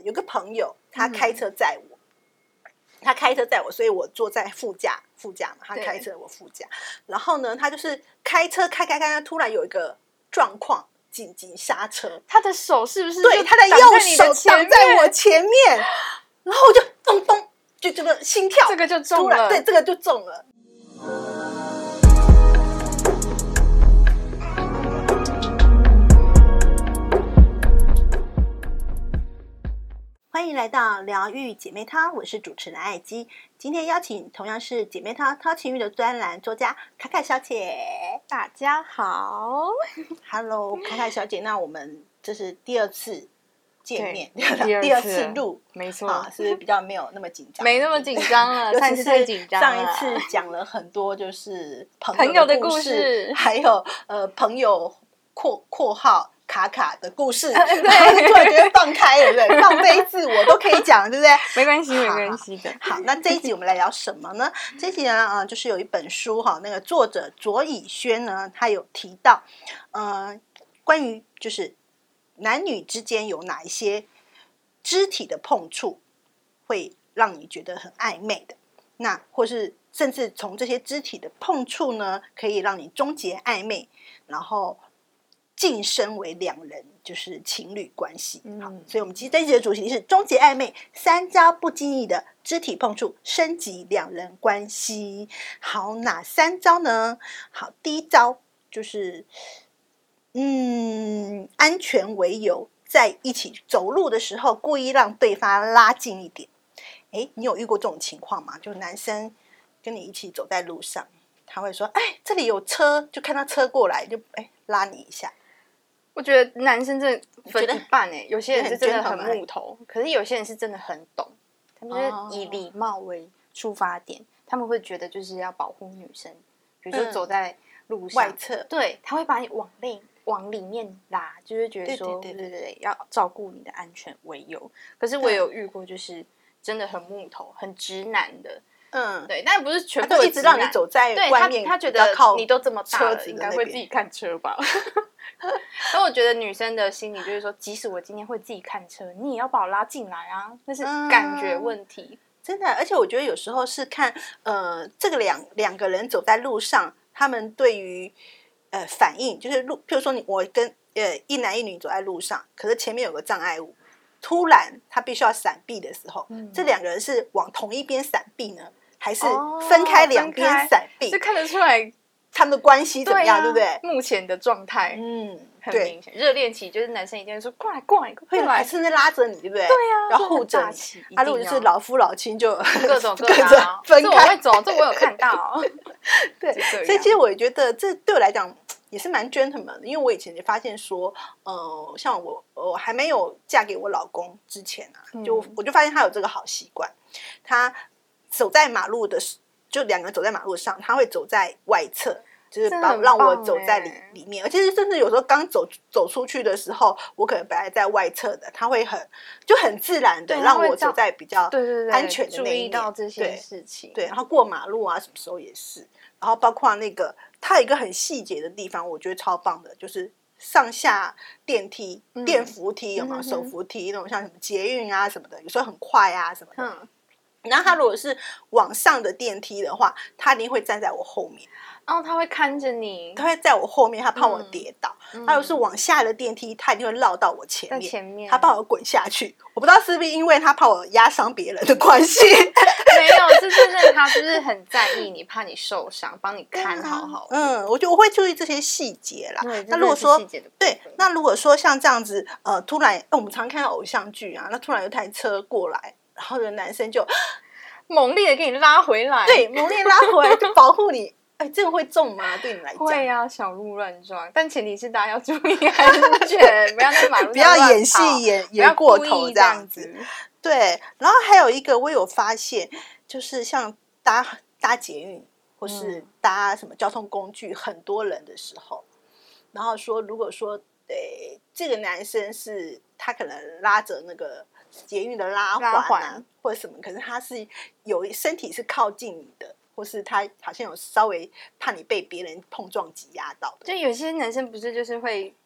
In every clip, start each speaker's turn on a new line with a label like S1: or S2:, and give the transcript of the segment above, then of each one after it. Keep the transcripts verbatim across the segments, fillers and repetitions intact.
S1: 有个朋友他开车载我。嗯他开车载我，所以我坐在副驾，副驾嘛，他开车我副驾。然后呢，他就是开车开开开，突然有一个状况，紧急刹车。
S2: 他的手是不是
S1: 对，他的右手挡在我前面，然后我就咚咚，就这个心跳，
S2: 这个就中了，
S1: 对，这个就中了。欢迎来到疗愈姐妹淘，我是主持人艾姬。今天邀请同样是姐妹淘淘情欲的专栏作家卡卡小姐。
S2: 大家好
S1: ，Hello， 卡卡小姐。那我们这是第二次见面，
S2: 第二 次,
S1: 第二次录，
S2: 没错、
S1: 啊，是比较没有那么紧张，
S2: 没那么紧张了。上一次太紧张了，
S1: 上一次讲了很多就是朋
S2: 友的
S1: 友故
S2: 事，事
S1: 还有呃朋友括括号。卡卡的故事，对，突然觉得放开了，对不对？放飞自我都可以讲，对不对？
S2: 没关系，没关系的。
S1: 好，那这一集我们来聊什么呢？这一集呢，啊、呃，就是有一本书哈，那个作者左以轩呢，他有提到，呃，关于就是男女之间有哪一些肢体的碰触会让你觉得很暧昧的，那或是甚至从这些肢体的碰触呢，可以让你终结暧昧，然后晋升为两人就是情侣关系。好，所以我们其实这一集的主题是终结暧昧，三招不经意的肢体碰触升级两人关系。好，哪三招呢？好，第一招就是嗯，安全为由，在一起走路的时候故意让对方拉近一点。诶，你有遇过这种情况吗？就男生跟你一起走在路上，他会说哎，这里有车，就看到车过来就哎拉你一下。
S2: 我觉得男生真的分一半诶、欸，有些人是真的很木头，可是有些人是真的很懂，他们就是以礼貌为出发点，哦、他们会觉得就是要保护女生，比如说走在路上、
S1: 嗯、外侧，
S2: 对，他会把你往内往里面拉，就是觉得说对对 对, 对, 对要照顾你的安全为由。可是我也有遇过，就是真的很木头、很直男的。嗯，对，但不是全部
S1: 都一直让你走在外面，
S2: 他, 他觉得你都这么大了，应该会自己看车吧。但我觉得女生的心理就是说，即使我今天会自己看车，你也要把我拉进来啊，那是感觉问题、嗯、
S1: 真的。而且我觉得有时候是看呃，这个两两个人走在路上，他们对于呃反应，就是路，譬如说你我跟呃一男一女走在路上，可是前面有个障碍物，突然他必须要闪避的时候、嗯、这两个人是往同一边闪避呢，还是分开两边闪避、
S2: 哦、就看得出来
S1: 他们的关系怎么样， 对,、啊、对不对？
S2: 目前的状态，
S1: 嗯，
S2: 很明显。热恋期就是男生一定会说过来过来过来，
S1: 还甚至拉着你，对不对？
S2: 对啊，
S1: 然后护着你。啊，如果就是老夫老妻，就
S2: 各种各
S1: 种分开。
S2: 这我会走，这我有看到。
S1: 对，所以其实我也觉得这对我来讲也是蛮 gentleman 的，因为我以前也发现说，呃，像我我还没有嫁给我老公之前啊，嗯、就我就发现他有这个好习惯，他走在马路的时。就两个人走在马路上，他会走在外侧，就是把让我走在里里面。而且甚至有时候刚走走出去的时候，我可能本来在外侧的，他会很就很自然的让我走在比较安全的那一面。
S2: 注意到这些事情，
S1: 对，然后过马路啊，什么时候也是。然后包括那个，他有一个很细节的地方，我觉得超棒的，就是上下电梯、嗯、电扶梯有没有？嗯、手扶梯那种，像什么捷运啊什么的，有时候很快啊什么的。嗯，然后他如果是往上的电梯的话，他一定会站在我后面，
S2: 然后他会看着你，
S1: 他会在我后面，他怕我跌倒。嗯、他如果是往下的电梯，他一定会绕到我前面，
S2: 前面
S1: 他怕我滚下去。我不知道是不是因为他怕我压伤别人的关系，
S2: 没有，是真的，他就是很在意你，怕你受伤，帮你看好好。
S1: 嗯，我觉得我会注意这些细节啦。那如果说对，那如果说像这样子，呃，突然，我们常看到偶像剧啊，那突然有台车过来。然后有男生就
S2: 猛烈的给你拉回来，
S1: 对，猛烈拉回来就保护你。哎，这个会中吗？对你来讲
S2: 会啊，小鹿乱撞，但前提是大家要注意安全，不要在马路上
S1: 不要演戏演演过头这样子。对，然后还有一个我有发现，就是像搭搭捷运或是搭什么交通工具，嗯、很多人的时候，然后说如果说对这个男生是他可能拉着那个。捷运的拉环啊，拉环或者什么，可是他是有身体是靠近你的，或是他好像有稍微怕你被别人碰撞挤压到的。
S2: 就有些男生不是就是会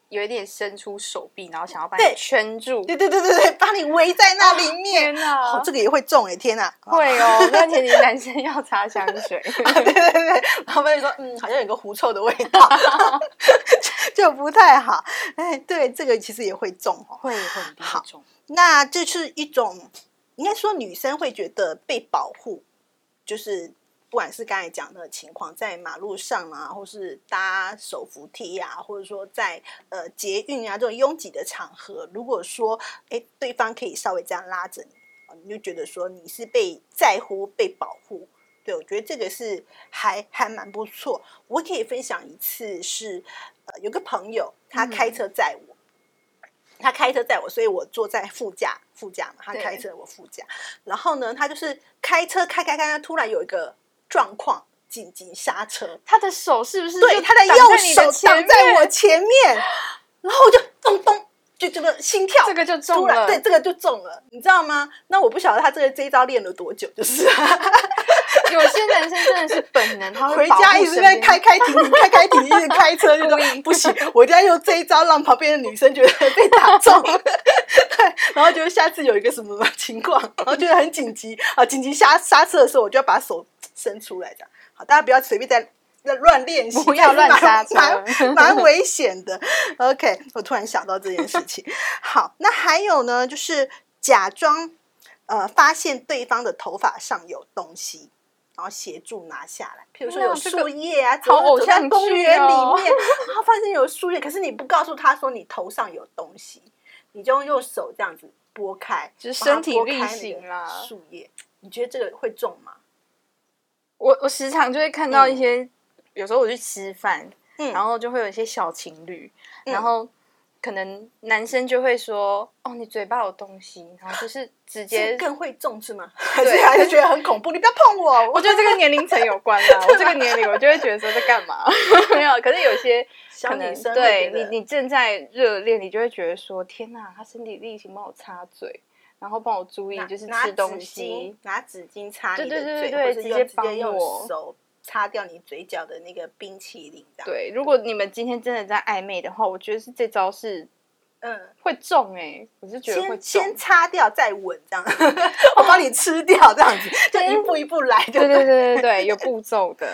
S2: 有一点伸出手臂，然后想要把你圈住，
S1: 对对对对对，把你围在那里面。
S2: 天哪、
S1: 哦，这个也会中哎，天哪！
S2: 会哦，那前提男生要擦香水。
S1: 对对对，然后就说嗯，好像有个狐臭的味道，就不太好。哎，对，这个其实也会中哦，
S2: 会会一定会中。
S1: 那这是一种，应该说女生会觉得被保护，就是不管是刚才讲的情况，在马路上啊，或是搭手扶梯啊，或者说在呃捷运啊这种拥挤的场合，如果说哎对方可以稍微这样拉着你，你就觉得说你是被在乎、被保护。对，我觉得这个是还还蛮不错。我可以分享一次是，呃，有个朋友他开车载我。嗯，他开车载我，所以我坐在副驾，副驾嘛，他开车我副驾。然后呢，他就是开车开开开，突然有一个状况，紧急刹车。
S2: 他的手是不是
S1: 对，他的右手挡在我前面，然后我就咚咚，就这个心跳，
S2: 这个就中了，
S1: 对，这个就中了，你知道吗？那我不晓得他这个这一招练了多久，就是。
S2: 有些男生真的是本能，他会
S1: 回家一直在开开停停开开停停，一直开车，就说不行，我一定要用这一招让旁边的女生觉得被打中，对，然后就下次有一个什么情况，然后觉得很紧急啊，紧急刹刹车的时候，我就要把手伸出来，这样好，大家不要随便在乱练习，
S2: 不要乱刹车，
S1: 蛮蛮危险的。OK， 我突然想到这件事情。好，那还有呢，就是假装呃发现对方的头发上有东西。然后协助拿下来，譬如说有树叶啊，
S2: 好偶像剧哦，
S1: 走在公园里面，然后发现有树叶，可是你不告诉他说你头上有东西，你就用手这样子拨开，
S2: 就是身体力行啦。
S1: 树叶，你觉得这个会中吗？
S2: 我我时常就会看到一些，嗯、有时候我去吃饭，
S1: 嗯、
S2: 然后就会有一些小情侣，嗯、然后可能男生就会说：“哦，你嘴巴有东西。”然后就是直接
S1: 是更会中是吗？还是还是觉得很恐怖？你不要碰我！
S2: 我觉得这个年龄层有关啦。我这个年龄，我就会觉得说在干嘛？没有，可是有些
S1: 小女生
S2: 对你，你正在热恋，你就会觉得说：“天哪，他身体力行帮我擦嘴，然后帮我注意，就是吃东西，
S1: 拿纸巾擦你的嘴，
S2: 对对对对，
S1: 直
S2: 接帮我
S1: 用手擦掉你嘴角的那个冰淇淋。”
S2: 对，如果你们今天真的在暧昧的话，我觉得是这招是。嗯，会中哎、欸，我是觉得会中。
S1: 先先擦掉再吻这样，我帮你吃掉这样子，就一步一步来就对。
S2: 对对对对对，有步骤的。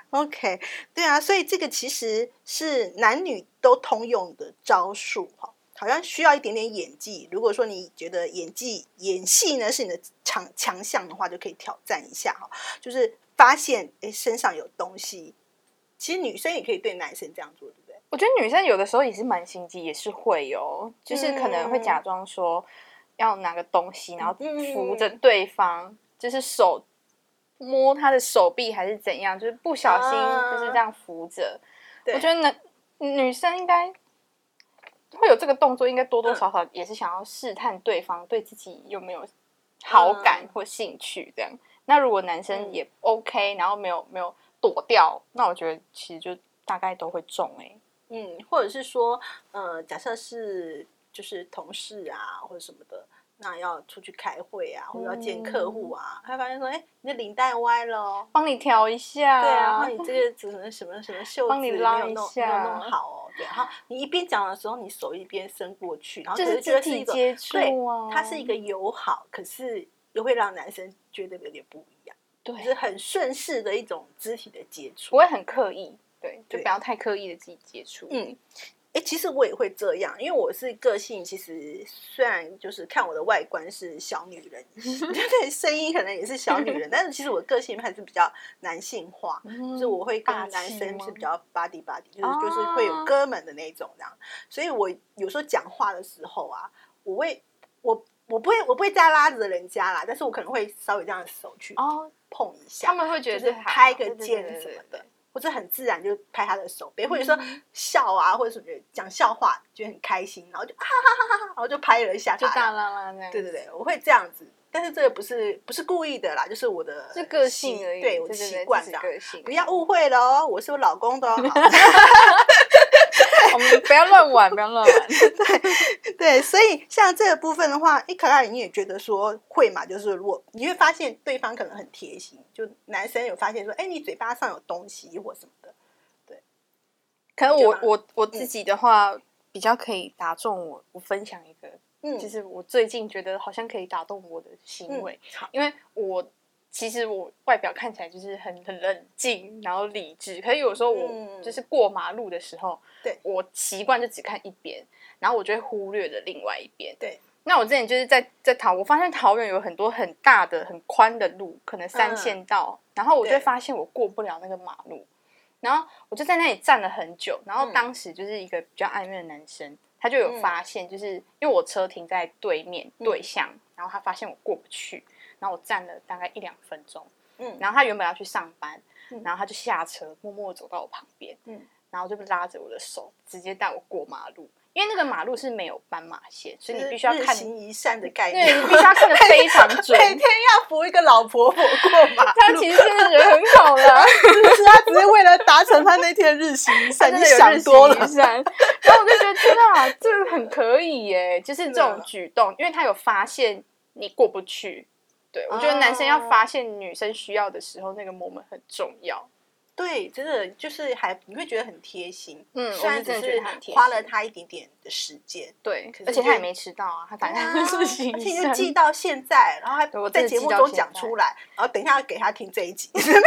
S1: OK， 对啊，所以这个其实是男女都通用的招数哈，好像需要一点点演技。如果说你觉得演技演戏呢是你的强强项的话，就可以挑战一下哈，就是发现哎身上有东西，其实女生也可以对男生这样做，对不对？
S2: 我觉得女生有的时候也是蛮心机，也是会哦，就是可能会假装说要拿个东西，然后扶着对方，嗯、就是手摸他的手臂还是怎样，就是不小心就是这样扶着。啊、我觉得男女生应该会有这个动作，应该多多少少也是想要试探对方对自己有没有好感或兴趣这样。嗯、那如果男生也 OK，、嗯、然后没有没有躲掉，那我觉得其实就大概都会中哎、欸。
S1: 嗯，或者是说，呃，假设是就是同事啊或者什么的，那要出去开会啊，或者要见客户啊，他、嗯、发现说，哎，你的领带歪了哦，
S2: 帮你调一下。
S1: 对啊，然后你这个只能什么什么袖子
S2: 帮你拉一下，
S1: 没有弄好哦。对，然后你一边讲的时候，你手一边伸过去，然后
S2: 就是肢体接触啊，
S1: 对，它是一个友好，可是又会让男生觉得有点不一样，
S2: 对，
S1: 就是很顺势的一种肢体的接触，
S2: 不会很刻意。对，就不要太刻意的自己接触。
S1: 嗯，哎，其实我也会这样，因为我是个性，其实虽然就是看我的外观是小女人，对，声音可能也是小女人，但是其实我个性还是比较男性化，嗯、就是我会跟男生是比较 body body， 就是、啊、就是会有哥们的那种这样，所以我有时候讲话的时候啊，我会我我不会我不会再拉着人家啦，但是我可能会稍微这样手去碰一下，
S2: 他们会觉得
S1: 就是拍个肩什么的。或者很自然就拍他的手背，或者说笑啊，或者什么讲笑话，觉得很开心，然后就哈哈哈哈，然后就拍了一下他，
S2: 就大啦啦那样。
S1: 对对对，我会这样子，但是这个不是不是故意的啦，就是我的
S2: 是个性而已，
S1: 对我的习惯这样，不要误
S2: 会
S1: 了哦，我是我老公的哦。
S2: 我们不要乱玩，不要乱玩。
S1: 对对，所以像这个部分的话，哎，可卡你也觉得说会嘛？就是如果你会发现对方可能很贴心，就男生有发现说，哎，你嘴巴上有东西或什么的，对。
S2: 可能我我我自己的话，嗯、 比较可以打中我，我分享一个，嗯，就是我最近觉得好像可以打动我的行为，嗯、因为我其实我外表看起来就是很很冷静，然后理智，可是有时候我就是过马路的时候，对、嗯，我习惯就只看一边，然后我就会忽略了另外一边，
S1: 对。
S2: 那我之前就是在在桃，我发现桃园有很多很大的、很宽的路，可能三线道，嗯、然后我就发现我过不了那个马路，然后我就在那里站了很久，然后当时就是一个比较暧昧的男生，他就有发现，就是因为我车停在对面对向，嗯、然后他发现我过不去，然后我站了大概一两分钟，嗯，然后他原本要去上班，嗯、然后他就下车，默默走到我旁边，嗯，然后就拉着我的手，直接带我过马路。因为那个马路是没有斑马线，所以你必须要看
S1: 日行一善的概念，
S2: 对，你必须要看得非常准。
S1: 每天要扶一个老婆婆过马路，
S2: 他其实真的人很好啦，
S1: 是不是？他只是为了达成他那天日行一善，你想多了。
S2: 然后我就觉得天啊，这个很可以耶，就是这种举动，因为他有发现你过不去。对，我觉得男生要发现女生需要的时候，那个 moment 很重要。
S1: 对，真的就是还你会觉得很贴心，
S2: 嗯，
S1: 虽然只是花了他一点点的时间，
S2: 对，而且他也没迟到啊，他反正是行，
S1: 而且就记到现在，然后还在节目中讲出来，然后等一下给他听这一集，我是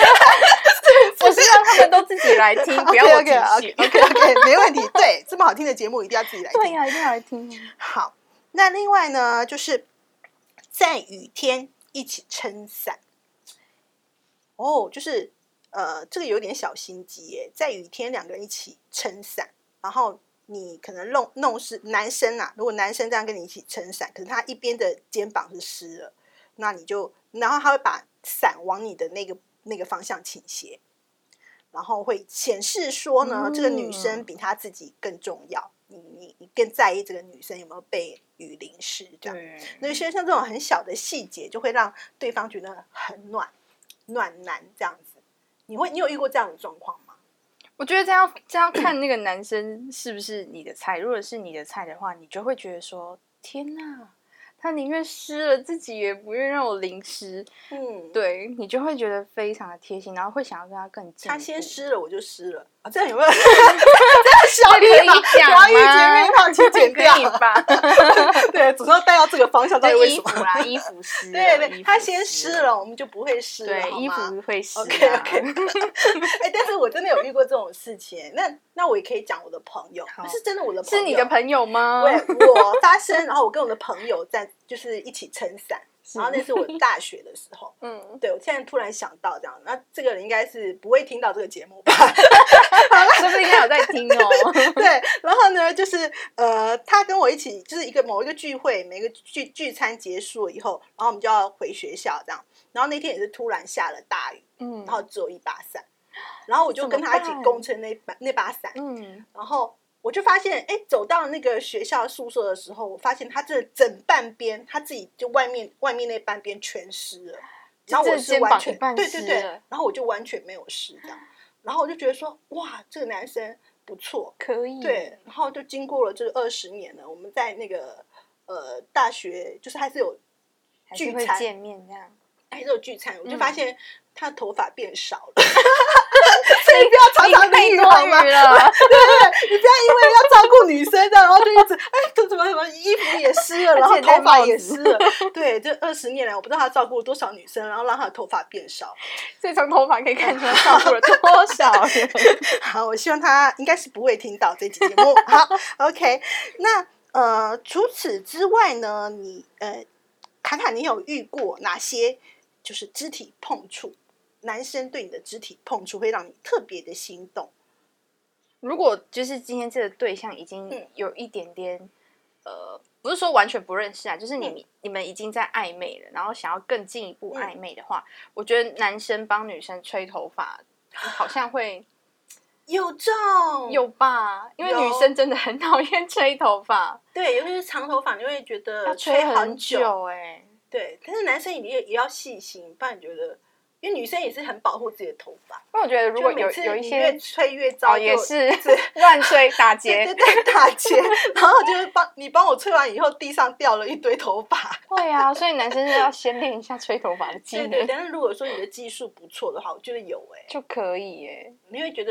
S2: 让他们都自己来听，不要我提醒
S1: ，OK OK， 没问题，对，这么好听的节目一定要自己来听，
S2: 对呀，一定要来听。
S1: 好，那另外呢，就是在雨天一起撑伞，哦，就是。呃，这个有点小心机耶，在雨天两个人一起撑伞，然后你可能弄弄湿男生啊，如果男生这样跟你一起撑伞，可是他一边的肩膀是湿了，那你就，然后他会把伞往你的那个那个方向倾斜，然后会显示说呢，嗯、这个女生比他自己更重要，你你你更在意这个女生有没有被雨淋湿，这样。那些像这种很小的细节，就会让对方觉得很暖暖男这样子。你会，你有遇过这样的状况吗？
S2: 我觉得这样这样看那个男生是不是你的菜。如果是你的菜的话，你就会觉得说：天哪，他宁愿湿了自己，也不愿让我淋湿。嗯，对你就会觉得非常的贴心，然后会想要跟他更近。
S1: 他先湿了，我就湿了啊！这样有没有？这样小可以
S2: 讲吗？
S1: 疗愈姐妹泡请剪掉
S2: 可以吧？
S1: 对，总是要带到这个方向，到底为什么？
S2: 衣服啦，衣服湿。
S1: 对对，他先湿了，我们就不会湿了，
S2: 对，衣服会湿。
S1: OK OK。哎，但是我真的有遇过这种事情，那那我也可以讲我的朋友，是真的我的朋友，
S2: 是你的朋友吗？
S1: 对，我发生，然后我跟我的朋友在就是一起撑伞。然后那是我大学的时候，嗯，对，我现在突然想到这样，那这个人应该是不会听到这个节目吧？
S2: 说不定他有在听哦。
S1: 对，然后呢，就是呃，他跟我一起，就是一个某一个聚会，每个聚聚餐结束了以后，然后我们就要回学校这样。然后那天也是突然下了大雨，嗯，然后只有一把伞，然后我就跟他一起共撑那把那把伞，嗯，然后。我就发现，哎，走到那个学校宿舍的时候，我发现他这整半边，他自己就外面外面那半边全湿了，然后我是完全对对对，然后我就完全没有湿这样，然后我就觉得说，哇，这个男生不错，
S2: 可以，
S1: 对，然后就经过了这二十年了，我们在那个呃大学，就是还是有聚餐
S2: 见面这样，
S1: 还是有聚餐，我就发现他的头发变少了。所以不要常常淋雨好吗？对对对，你不要因为要照顾女生的，然后就一直哎，怎么怎么衣服也湿了，然后头发也湿了。对，这二十年来，我不知道他照顾了多少女生，然后让他的头发变少。
S2: 这长头发可以看出来照顾了多少人。
S1: 好，我希望他应该是不会听到这期节目。好 ，OK， 那呃，除此之外呢，你呃，卡卡，你有遇过哪些就是肢体碰触？男生对你的肢体碰触会让你特别的心动。
S2: 如果就是今天这个对象已经有一点点，嗯、呃，不是说完全不认识啊，就是你、嗯、你们已经在暧昧了，然后想要更进一步暧昧的话，嗯、我觉得男生帮女生吹头发好像会
S1: 有中
S2: 有吧，因为女生真的很讨厌吹头发，
S1: 对，尤其是长头发，你会觉得
S2: 要吹很久哎、欸，
S1: 对，但是男生也也要细心，不然你觉得。因为女生也是很保护自己的头发，
S2: 因为我觉得如果有有一些
S1: 越吹越糟，
S2: 哦、也是乱吹打结，
S1: 对对对，打结，然后就是帮你帮我吹完以后，地上掉了一堆头发。
S2: 对啊，所以男生是要先练一下吹头发的技能。
S1: 对对，但是如果说你的技术不错的话，我觉得有哎、欸，
S2: 就可以哎、欸，
S1: 你会觉得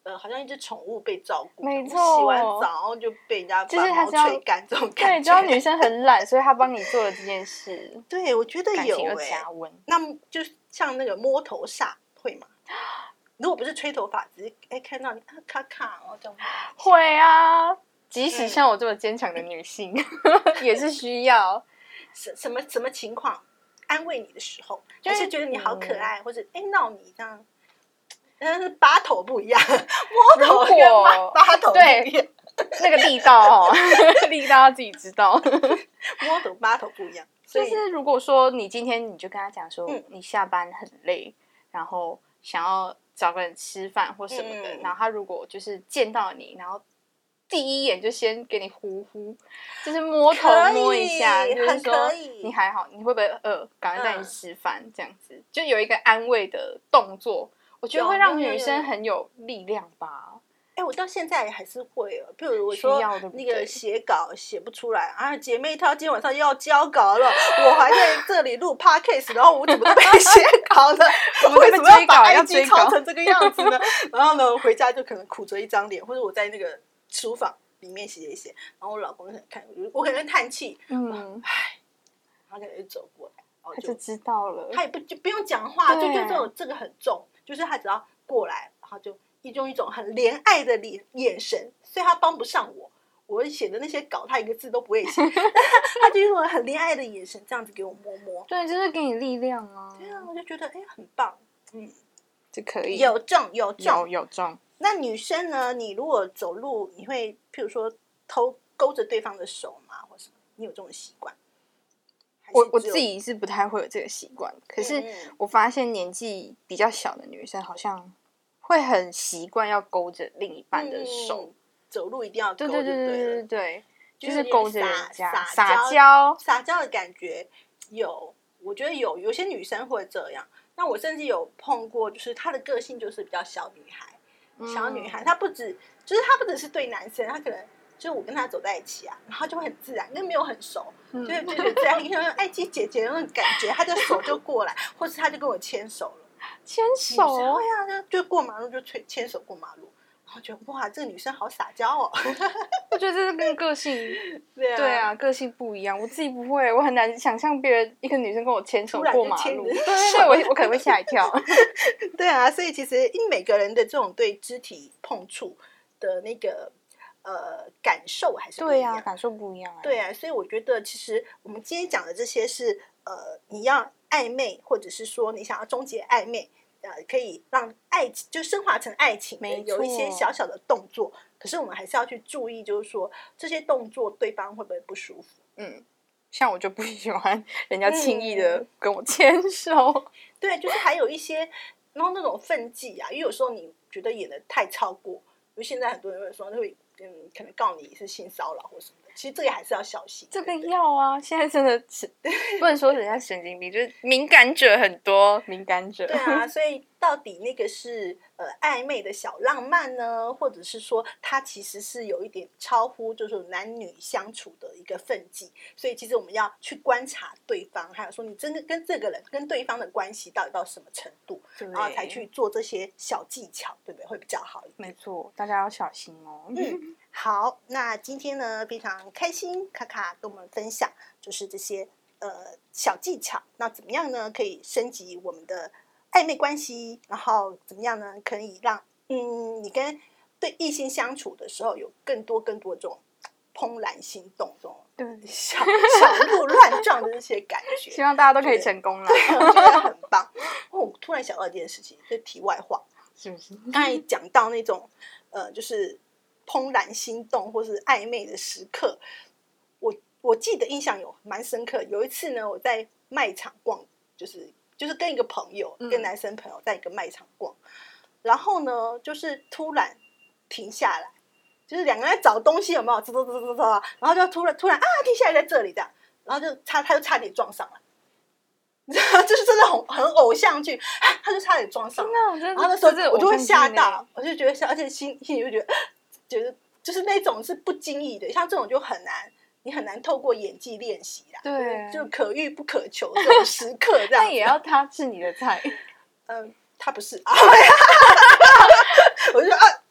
S1: 呃，好像一只宠物被照顾，
S2: 没错，
S1: 洗完澡然后就被人家把毛吹干这种感觉。
S2: 对，知道女生很懒，所以她帮你做了这件事。
S1: 对，我觉得有
S2: 哎、欸，加温。
S1: 那就像那个摸头煞会吗？如果不是吹头发，只是哎看到你啊咔咔，然后这样
S2: 会啊。即使像我这么坚强的女性，嗯、也是需要
S1: 什什么什么情况安慰你的时候，还是觉得你好可爱，嗯、或者哎闹你这样。但是八头不一样，摸头跟八头不一样，
S2: 那个力道哦，力道要自己知道。
S1: 摸头八头不一样，
S2: 就是如果说你今天你就跟他讲说，嗯、你下班很累，然后想要找个人吃饭或什么的，嗯、然后他如果就是见到你，然后第一眼就先给你呼呼，就是摸头摸一下，就是说你还好，你会不会饿？赶快带你吃饭，嗯、这样子就有一个安慰的动作。我觉得会让女生很有力量吧。
S1: 哎、欸，我到现在还是会哦。譬如我说那个写稿写不出来啊，姐妹她今天晚上又要交稿了，我还在这里录 podcast， 然后我怎么都没写稿呢？我为什么要把 I G 抄成这个样子呢？然后呢，回家就可能苦着一张脸，或者我在那个书房里面写一写，然后我老公就很看，我可能叹气，嗯，唉，他可能就走过来，然后就
S2: 他就知道了，
S1: 他也不就不用讲话，就就这种这个很重。就是他只要过来，然后就用一种很怜爱的眼神，所以他帮不上我。我写的那些稿，他一个字都不会写，他就用很怜爱的眼神这样子给我摸摸。
S2: 对，就是给你力量啊。
S1: 对啊，我就觉得哎，很棒，嗯，
S2: 这可以
S1: 有中有中
S2: 有有中。
S1: 那女生呢？你如果走路，你会譬如说偷勾着对方的手吗，或什么？你有这种习惯？
S2: 我我自己是不太会有这个习惯，可是我发现年纪比较小的女生好像会很习惯要勾着另一半的手，
S1: 嗯、走路一定要勾着，
S2: 对对对对对对，就是
S1: 勾
S2: 着人家
S1: 撒
S2: 娇
S1: 撒娇的感觉有，我觉得有有些女生会这样。那我甚至有碰过，就是她的个性就是比较小女孩，嗯、小女孩她不止就是她不只是对男生，她可能。就是我跟他走在一起啊，然后就会很自然，跟没有很熟，嗯、就就觉得自然，有种爱妻姐姐的那种感觉，他的手就过来，或是他就跟我牵手了，
S2: 牵手，
S1: 对啊，就过马路就牵手过马路，然后觉得哇，这个女生好撒娇哦。
S2: 我觉得这是跟个性
S1: 对啊，
S2: 对啊，个性不一样。我自己不会，我很难想象别人一个女生跟我牵手过马路，对对对，我我可能会吓一跳。
S1: 对啊，所以其实因为每个人的这种对肢体碰触的那个。呃，感受还是不一样，
S2: 对啊，感受不一样、欸。
S1: 对啊，所以我觉得其实我们今天讲的这些是呃，你要暧昧，或者是说你想要终结暧昧，呃，可以让爱情就升华成爱情的，有一些小小的动作。可是我们还是要去注意，就是说这些动作对方会不会不舒服？
S2: 嗯，像我就不喜欢人家轻易的跟我牵手。嗯、
S1: 对，就是还有一些，然后那种分际啊，因为有时候你觉得演得太超过，因为现在很多人会说会。嗯，可能告你是性骚扰或什么的，其实这个还是要小心。
S2: 这个要啊，现在真的是不能说人家神经病，就是敏感者很多，敏感者。
S1: 对啊，所以到底那个是呃暧昧的小浪漫呢，或者是说它其实是有一点超乎就是男女相处的一个分际，所以其实我们要去观察对方，还有说你真的跟这个人跟对方的关系到底到什么程度，然后才去做这些小技巧，对不对？会比较好一点。
S2: 没错，大家要小心哦。
S1: 嗯。好，那今天呢非常开心，卡卡跟我们分享就是这些呃小技巧，那怎么样呢可以升级我们的暧昧关系，然后怎么样呢可以让嗯你跟对异性相处的时候有更多更多这种怦然心动这种
S2: 对
S1: 小小鹿乱撞的这些感觉，
S2: 希望大家都可以成功了。
S1: 对，我觉得很棒。哦，我突然想到一件事情，这题外话，
S2: 是不是？
S1: 刚才讲到那种呃就是怦然心动或是暧昧的时刻，我我记得印象有蛮深刻。有一次呢，我在卖场逛，就是就是跟一个朋友，嗯、跟男生朋友在一个卖场逛，然后呢，就是突然停下来，就是两个人在找东西，有没有？走走走走走，然后就突然突然啊，停下来在这里这样，然后就差他就差点撞上了。就是真的很很偶像剧，他就差点撞上了。然后那时候我就会吓到，我就觉得，而且心心里就觉得。觉得就是那种是不经意的，像这种就很难，你很难透过演技练习啦。
S2: 对，
S1: 就可遇不可求这种时刻，这样。
S2: 但也要他是你的菜。
S1: 嗯，他不是啊。我就说啊，干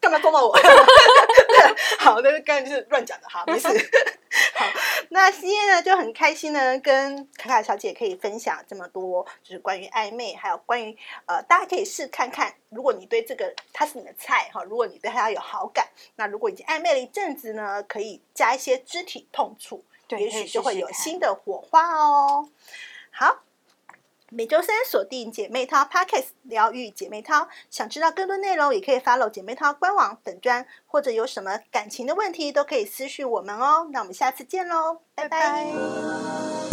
S1: 干嘛撞到我？好，那刚才就是乱讲的，好，没事。好，那今天呢就很开心呢，跟卡卡小姐可以分享这么多，就是关于暧昧，还有关于呃，大家可以试看看，如果你对这个他是你的菜哈，如果你对他有好感，那如果已经暧昧了一阵子呢，可以加一些肢体碰触，也许就会有新的火花哦。好。每周三锁定姐妹淘 Podcast 疗愈姐妹淘，想知道更多内容也可以 follow 姐妹淘官网粉专，或者有什么感情的问题都可以私讯我们哦。那我们下次见喽，拜拜。拜拜。